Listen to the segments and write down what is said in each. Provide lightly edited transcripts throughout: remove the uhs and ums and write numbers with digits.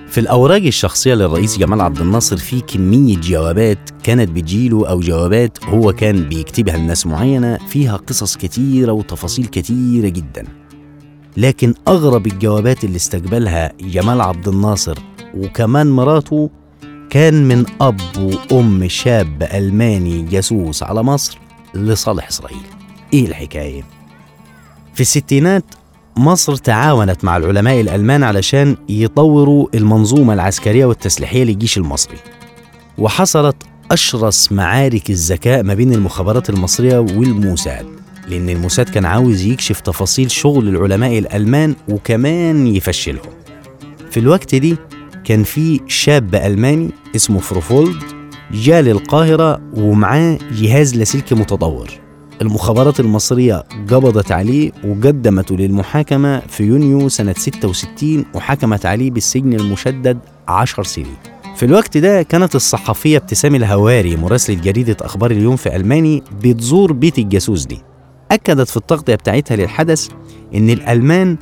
في الأوراق الشخصية للرئيس جمال عبد الناصر في كمية جوابات كانت بتجيله، أو جوابات هو كان بيكتبها لناس معينة فيها قصص كتيرة وتفاصيل كتيرة جدا. لكن أغرب الجوابات اللي استقبلها جمال عبد الناصر وكمان مراته كان من أب وأم شاب ألماني جاسوس على مصر لصالح إسرائيل. إيه الحكاية؟ في الستينات مصر تعاونت مع العلماء الألمان علشان يطوروا المنظومة العسكرية والتسليحية للجيش المصري، وحصلت أشرس معارك الذكاء ما بين المخابرات المصرية والموساد، لأن الموساد كان عاوز يكشف تفاصيل شغل العلماء الألمان وكمان يفشلهم. في الوقت دي كان في شاب ألماني اسمه فروفولد جاء للقاهرة ومعاه جهاز لاسلكي متطور. المخابرات المصرية قبضت عليه وقدمته للمحاكمة في يونيو سنة 66، وحكمت عليه بالسجن المشدد 10 سنين. في الوقت ده كانت الصحفية ابتسام الهواري مراسلة جريدة أخبار اليوم في ألماني بتزور بيت الجاسوس دي. أكدت في التغطية بتاعتها للحدث إن الألمان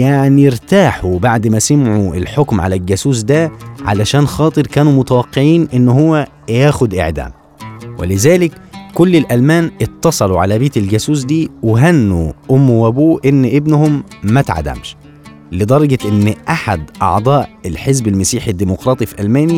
ارتاحوا بعد ما سمعوا الحكم على الجاسوس ده، علشان خاطر كانوا متوقعين إن هو ياخد إعدام، ولذلك كل الألمان اتصلوا على بيت الجاسوس دي وهنوا أمه وأبوه إن ابنهم ما اتعدمش، لدرجة إن أحد أعضاء الحزب المسيحي الديمقراطي في ألماني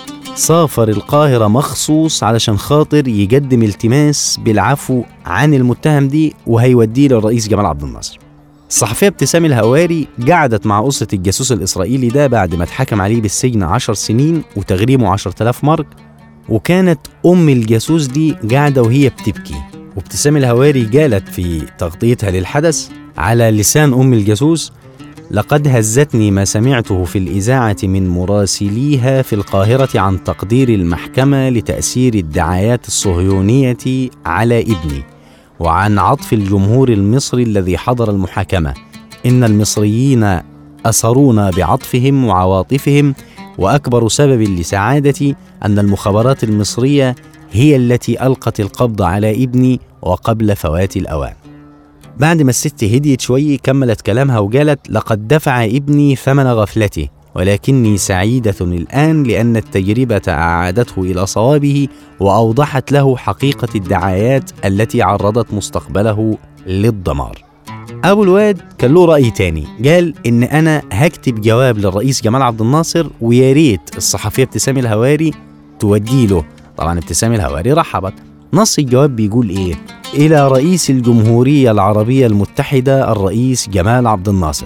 سافر القاهرة مخصوص علشان خاطر يقدم التماس بالعفو عن المتهم دي وهيوديه للرئيس جمال عبد الناصر. الصحفية ابتسام الهواري قعدت مع أسرة الجاسوس الإسرائيلي ده بعد ما اتحكم عليه بالسجن 10 سنين وتغريمه 10,000 مارك، وكانت أم الجاسوس دي قاعدة وهي بتبكي. وابتسام الهواري قالت في تغطيتها للحدث على لسان أم الجاسوس: لقد هزتني ما سمعته في الإذاعة من مراسليها في القاهرة عن تقدير المحكمة لتأثير الدعايات الصهيونية على ابني، وعن عطف الجمهور المصري الذي حضر المحاكمة. إن المصريين أسرونا بعطفهم وعواطفهم، وأكبر سبب لسعادتي أن المخابرات المصرية هي التي ألقت القبض على ابني وقبل فوات الأوان. بعد ما الست هديت شوي كملت كلامها وقالت: لقد دفع ابني ثمن غفلته، ولكني سعيدة الآن لأن التجربة أعادته إلى صوابه وأوضحت له حقيقة الدعايات التي عرضت مستقبله للدمار. أبو الواد كان له رأي تاني، قال إن أنا هكتب جواب للرئيس جمال عبد الناصر وياريت الصحفية ابتسام الهواري تودي له. طبعا ابتسام الهواري رحبت. نص الجواب بيقول إيه؟ إلى رئيس الجمهورية العربية المتحدة الرئيس جمال عبد الناصر: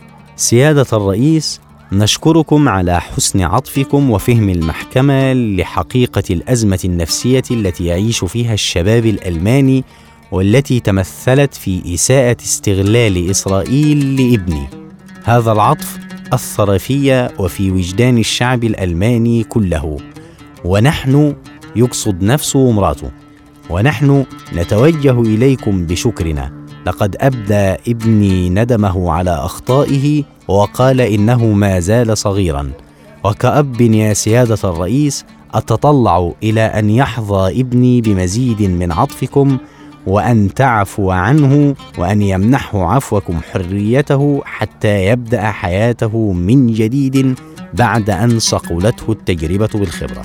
سيادة الرئيس، نشكركم على حسن عطفكم وفهم المحكمة لحقيقة الأزمة النفسية التي يعيش فيها الشباب الألماني، والتي تمثلت في إساءة استغلال إسرائيل لابني. هذا العطف أثر في وفي وجدان الشعب الألماني كله، ونحن، يقصد نفسه ومراته، ونحن نتوجه إليكم بشكرنا. لقد أبدى ابني ندمه على أخطائه وقال إنه ما زال صغيرا، وكأب يا سيادة الرئيس أتطلع إلى أن يحظى ابني بمزيد من عطفكم، وأن تعفو عنه، وأن يمنحه عفوكم حريته حتى يبدأ حياته من جديد بعد أن صقلته التجربة بالخبرة.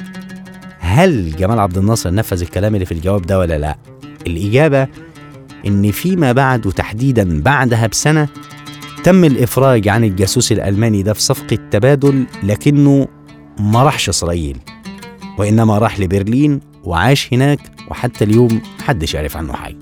هل جمال عبد الناصر نفذ الكلام اللي في الجواب ده ولا لا؟ الإجابة إن فيما بعد، وتحديدا بعدها بسنة، تم الإفراج عن الجاسوس الألماني ده في صفقة تبادل، لكنه ما راحش إسرائيل، وإنما راح لبرلين وعاش هناك، وحتى اليوم محدش يعرف عنه حاجة.